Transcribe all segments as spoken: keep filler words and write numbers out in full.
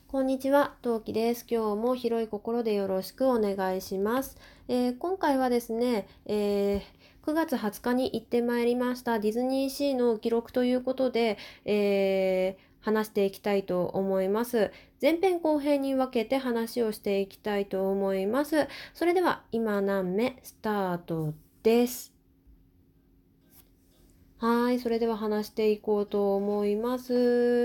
こんにちは、トウキです。今日も広い心でよろしくお願いします。えー今回はですね、えーくがつはつかに行ってまいりましたディズニーシーの記録ということで、えー話していきたいと思います。前編後編に分けて話をしていきたいと思います。それでは今何目スタートです。はい、それでは話していこうと思います。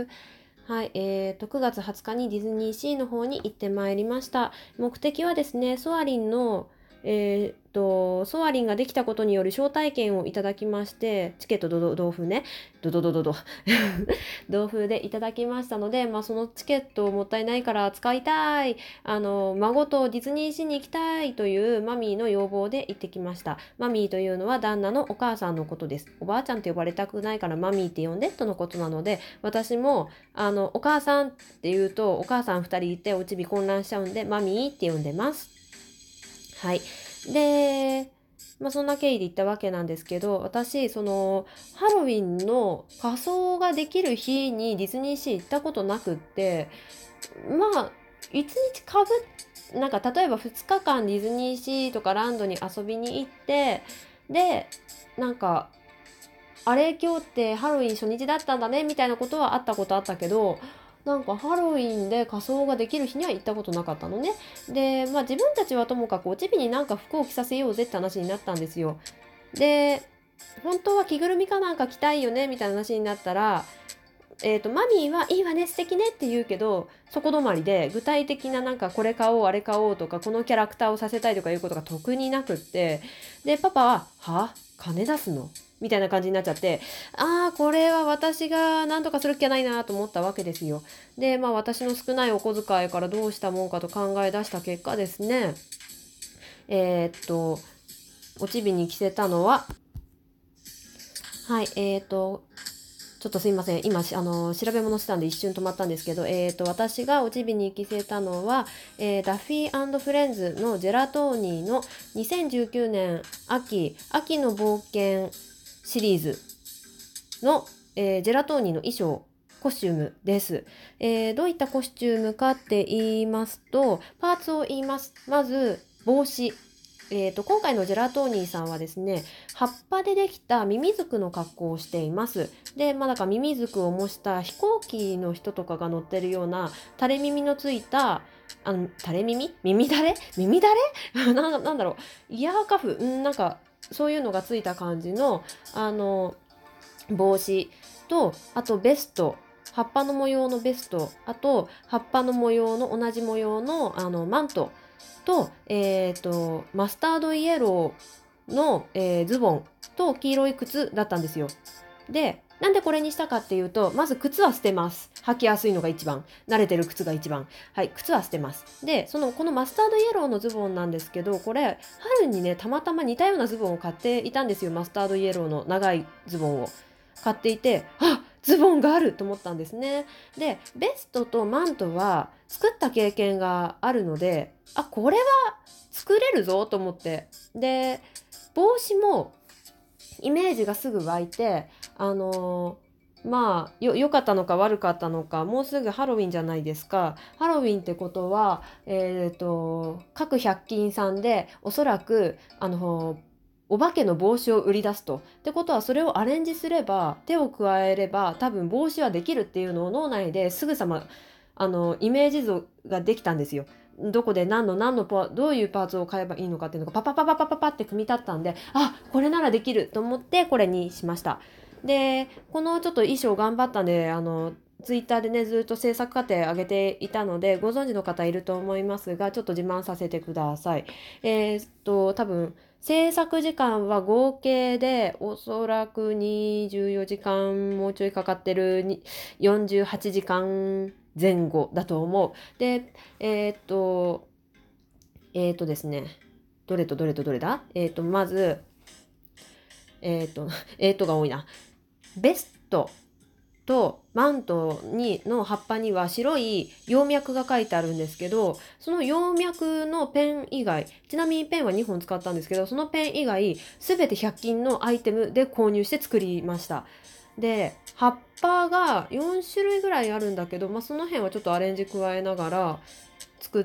はい、えーと、くがつはつかにディズニーシーの方に行ってまいりました。目的はですね、ソアリンの、えーと、ソアリンができたことによる招待券をいただきまして、チケットドド同封ね、ドドドドド同封でいただきましたので、まあ、そのチケットもったいないから使いたい、あの、孫とディズニーシーに行きたいというマミーの要望で行ってきました。マミーというのは旦那のお母さんのことです。おばあちゃんって呼ばれたくないからマミーって呼んでとのことなので、私もあのお母さんって言うとお母さんふたりいておちび混乱しちゃうんでマミーって呼んでます。はい。で、まあ、そんな経緯で行ったわけなんですけど、私そのハロウィンの仮装ができる日にディズニーシー行ったことなくって、まあいちにちかぶなんか例えばふつかかんディズニーシーとかランドに遊びに行って、でなんかあれ今日ってハロウィン初日だったんだねみたいなことはあったことあったけど、なんかハロウィンで仮装ができる日には行ったことなかったのね。で、まあ自分たちはともかくおちびになんか服を着させようぜって話になったんですよ。で、本当は着ぐるみかなんか着たいよねみたいな話になったら、えーと、マミーはいいわね素敵ねって言うけど、そこ止まりで具体的ななんかこれ買おうあれ買おうとかこのキャラクターをさせたいとかいうことが特になくって、でパパはは金出すのみたいな感じになっちゃって、ああこれは私が何とかするっきゃないなと思ったわけですよ。でまあ私の少ないお小遣いからどうしたもんかと考え出した結果ですね、えー、っとおちびに着せたのは、はいえー、っとちょっとすいません。今、あの、調べ物したんで一瞬止まったんですけど、えっと、私がおちびに着せたのは、えーダッフィー&フレンズのジェラトーニーのにせんじゅうきゅうねん秋、秋の冒険シリーズの、えージェラトーニーの衣装、コスチュームです。えーどういったコスチュームかって言いますと、パーツを言います。まず、帽子。えーと、今回のジェラトーニーさんはですね、葉っぱでできたミミズクの格好をしています。で、まあ、だからミミズクを模した飛行機の人とかが乗ってるような垂れ耳のついた、あの、垂れ耳耳だれ耳だれななんだろう。イヤーカフんなんか、そういうのがついた感じの、あの、帽子と、あとベスト。葉っぱの模様のベスト、あと葉っぱの模様の同じ模様のあのマントと、えーと、マスタードイエローの、えーズボンと黄色い靴だったんですよ。で、なんでこれにしたかっていうと、まず靴は捨てます。履きやすいのが一番。慣れてる靴が一番。はい、靴は捨てます。で、その、このマスタードイエローのズボンなんですけど、これ、春にね、たまたま似たようなズボンを買っていたんですよ。マスタードイエローの長いズボンを。買っていて、あ、ズボンがあると思ったんですね。で、ベストとマントは作った経験があるので、あ、これは作れるぞと思って。で、帽子もイメージがすぐ湧いて、あのーまあよ良かったのか悪かったのか、もうすぐハロウィンじゃないですか。ハロウィンってことは、えー、と各百均さんでおそらくあのお化けの帽子を売り出すと。ってことはそれをアレンジすれば手を加えれば多分帽子はできるっていうのを脳内ですぐさまあのイメージ図ができたんですよ。どこで何の何のパどういうパーツを買えばいいのかっていうのがパパパパパパパって組み立ったんで、あ、これならできると思ってこれにしました。で、このちょっと衣装頑張ったんで、あのツイッターでねずっと制作過程上げていたのでご存知の方いると思いますが、ちょっと自慢させてください。えーっと多分制作時間は合計でおそらくにじゅうよじかんもうちょいかかってるによんじゅうはちじかんぜん後だと思う。で、えーっと、えーっとですね、どれとどれとどれだえーっと、まず、えーっと、えーっとが多いな。ベストとマントにの葉っぱには白い葉脈が書いてあるんですけど、その葉脈のペン以外、ちなみにペンはにほん使ったんですけど、そのペン以外すべてひゃく均のアイテムで購入して作りました。 で葉っぱがよんしゅるいぐらいあるんだけど、まあ、その辺はちょっとアレンジ加えながら作って、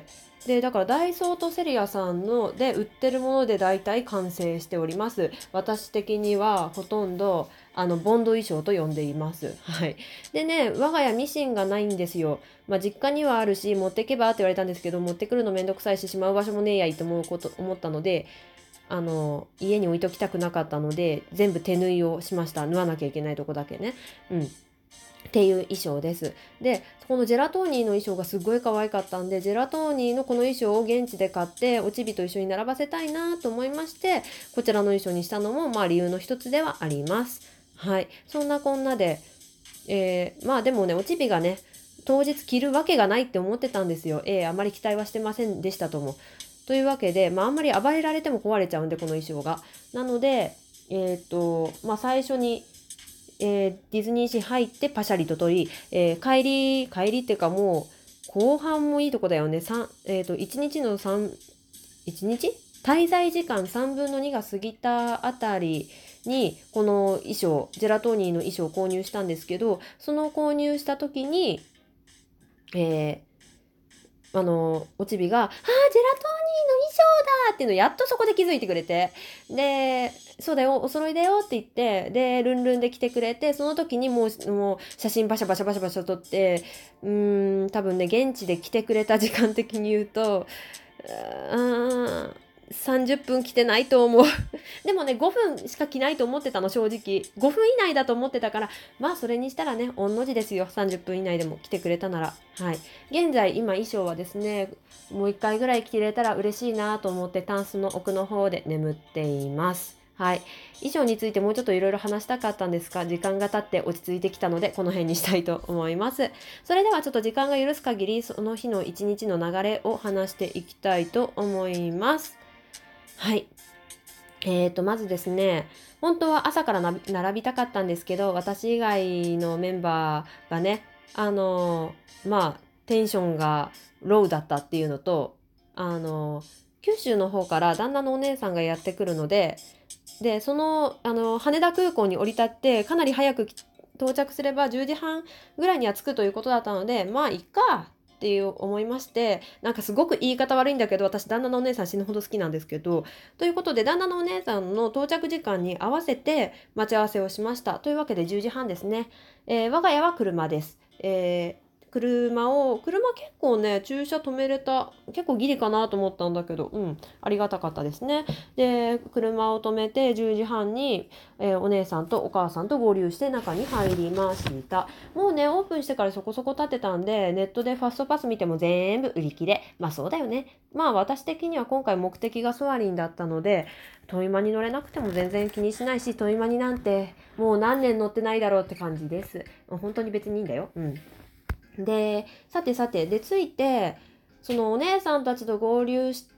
でだからダイソーとセリアさんので売ってるもので大体完成しております。私的にはほとんどあのボンド衣装と呼んでいます。はい。でね、我が家ミシンがないんですよ。まあ実家にはあるし持ってけばって言われたんですけど、持ってくるのめんどくさいししまう場所もねえやいと思うこと思ったので、あの家に置いときたくなかったので全部手縫いをしました。縫わなきゃいけないとこだけね。うん。っていう衣装です。でこのジェラトーニーの衣装がすごい可愛かったんで、ジェラトーニーのこの衣装を現地で買っておちびと一緒に並ばせたいなと思いまして、こちらの衣装にしたのもまあ理由の一つではあります。はい、そんなこんなで、えー、まあでもね、おちびがね当日着るわけがないって思ってたんですよ。えー、あまり期待はしてませんでしたとも。というわけで、まあ、あんまり暴れられても壊れちゃうんで、この衣装が。なので、えっと、まあ、最初に、えー、ディズニーシー入ってパシャリと取り、えー、帰り帰りっていうかもう後半もいいとこだよね。えー、といちにちの3、いちにち滞在時間さんぶんのにが過ぎたあたりにこの衣装、ジェラトーニーの衣装を購入したんですけど、その購入した時に、えーあのおちびが「あージェラトーニーの衣装だ!」っていうのをやっとそこで気づいてくれて、で「そうだよ、お揃いだよ」って言って、でルンルンで来てくれて、その時にもうもう写真バシャバシャバシャバシャ撮って、うーん多分ね現地で来てくれた時間的に言うとうーんさんじゅっぷん来てないと思うでもねごふんしか着ないと思ってたの、正直ごふん以内だと思ってたから、まあそれにしたらね御の字ですよ、さんじゅっぷん以内でも来てくれたなら。はい、現在今衣装はですねもういっかいぐらい着れたら嬉しいなと思ってタンスの奥の方で眠っています。はい、衣装についてもうちょっといろいろ話したかったんですが、時間が経って落ち着いてきたのでこの辺にしたいと思います。それではちょっと時間が許す限りその日の一日の流れを話していきたいと思います。はい、えーとまずですね、本当は朝からな並びたかったんですけど、私以外のメンバーがね、あのーまあテンションがローだったっていうのと、あのー九州の方から旦那のお姉さんがやってくるので、でその、あの羽田空港に降り立ってかなり早く到着すればじゅうじはんぐらいには着くということだったので、まあいっかっていう思いまして、なんかすごく言い方悪いんだけど、私旦那のお姉さん死ぬほど好きなんですけど、ということで旦那のお姉さんの到着時間に合わせて待ち合わせをしました。というわけでじゅうじはんですね。えー我が家は車です。えー車を車結構ね駐車止めれた、結構ギリかなと思ったんだけど、うんありがたかったですね。で車を止めてじゅうじはんに、えーお姉さんとお母さんと合流して中に入りました。もうねオープンしてからそこそこ経ってたんで、ネットでファストパス見ても全部売り切れ。まあそうだよね。まあ私的には今回目的がソアリンだったので、トイマに乗れなくても全然気にしないし、トイマになんてもう何年乗ってないだろうって感じです。本当に別にいいんだよ。うん。でさてさてで着いて、そのお姉さんたちと合流して、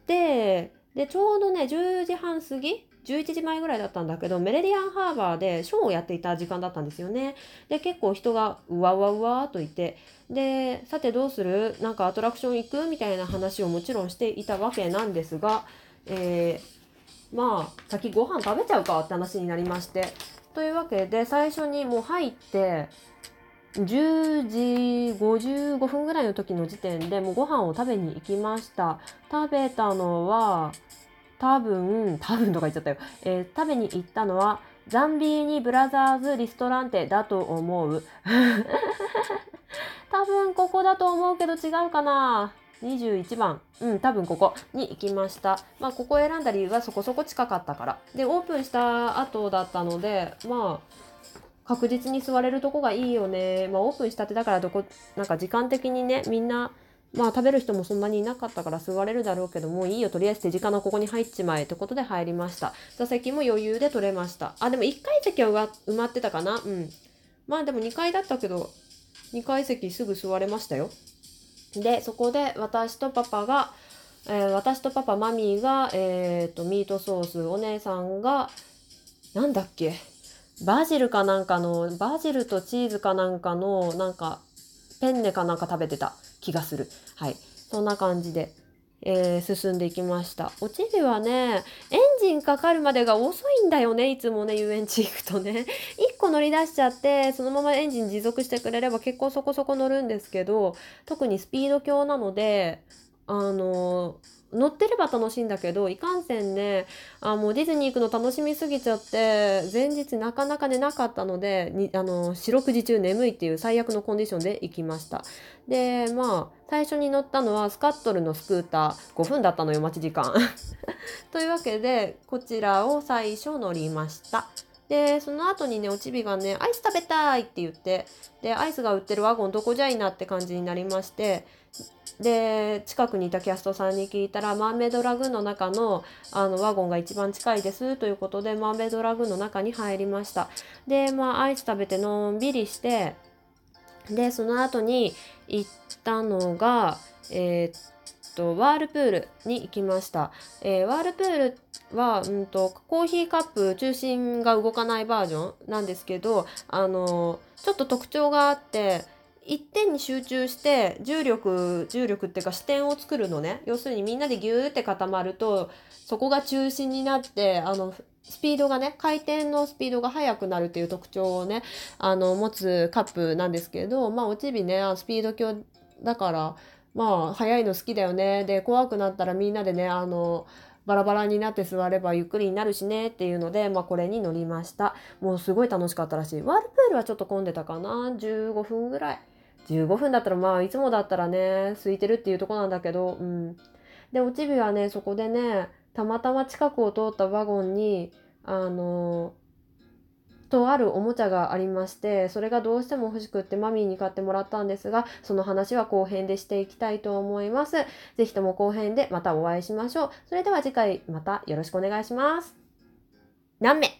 でちょうどねじゅうじはん過ぎじゅういちじまえぐらいだったんだけど、メレディアンハーバーでショーをやっていた時間だったんですよね。で結構人がうわうわうわーといて、でさてどうする、なんかアトラクション行くみたいな話をもちろんしていたわけなんですが、えー、まあ先ご飯食べちゃうかって話になりまして、というわけで最初にもう入ってじゅうじごじゅうごふんぐらいの時の時点でもうご飯を食べに行きました。食べたのは多分多分とか言っちゃったよ、えー食べに行ったのはザンビーニブラザーズリストランテだと思う多分ここだと思うけど違うかな。にじゅういちばん、うん多分ここに行きました。まあここを選んだ理由はそこそこ近かったからで、オープンした後だったので、まあ確実に座れるとこがいいよね。まあオープンしたてだからどこなんか時間的にねみんなまあ食べる人もそんなにいなかったから座れるだろうけど、もういいよとりあえず手近なここに入っちまえってことで入りました。座席も余裕で取れました。あでもいっかい席は埋まってたかな。うんまあでもにかいだったけどにかい席すぐ座れましたよ。でそこで私とパパが、えー私とパパマミーが、えー、とミートソース、お姉さんがなんだっけバジルかなんかのバジルとチーズかなんかのなんかペンネかなんか食べてた気がする。はいそんな感じで、えー進んでいきました。おちびはねエンジンかかるまでが遅いんだよね、いつもね遊園地行くとね。いっこ構乗り出しちゃってそのままエンジン持続してくれれば結構そこそこ乗るんですけど、特にスピード強なのであの乗ってれば楽しいんだけど、いかんせんね、あもうディズニー行くの楽しみすぎちゃって前日なかなか寝なかったので、にあの四六時中眠いっていう最悪のコンディションで行きました。でまあ最初に乗ったのはスカットルのスクーター、ごふんだったのよ待ち時間というわけでこちらを最初乗りました。でその後にねおちびがねアイス食べたいって言って、でアイスが売ってるワゴンどこじゃいなって感じになりまして、で近くにいたキャストさんに聞いたらマーメイドラグーンの中のあのワゴンが一番近いですということでマーメイドラグーンの中に入りました。でまあアイス食べてのんびりして、でその後に行ったのがえー、っとワールプールに行きました。えー、ワールプールは、うんと、コーヒーカップ中心が動かないバージョンなんですけど、あのちょっと特徴があって、一点に集中して重力重力っていうか視点を作るのね。要するにみんなでギューって固まるとそこが中心になって、あのスピードがね回転のスピードが速くなるっていう特徴をねあの持つカップなんですけど、まあおちびねスピード強だからまあ速いの好きだよね。で怖くなったらみんなでねあのバラバラになって座ればゆっくりになるしねっていうので、まあ、これに乗りました。もうすごい楽しかったらしい。ワールプールはちょっと混んでたかな、じゅうごふんぐらい。じゅうごふんだったらまあいつもだったらね空いてるっていうとこなんだけど、うん。でおちびはねそこでねたまたま近くを通ったワゴンにあのとあるおもちゃがありまして、それがどうしても欲しくってマミーに買ってもらったんですが、その話は後編でしていきたいと思います。ぜひとも後編でまたお会いしましょう。それでは次回またよろしくお願いします。何名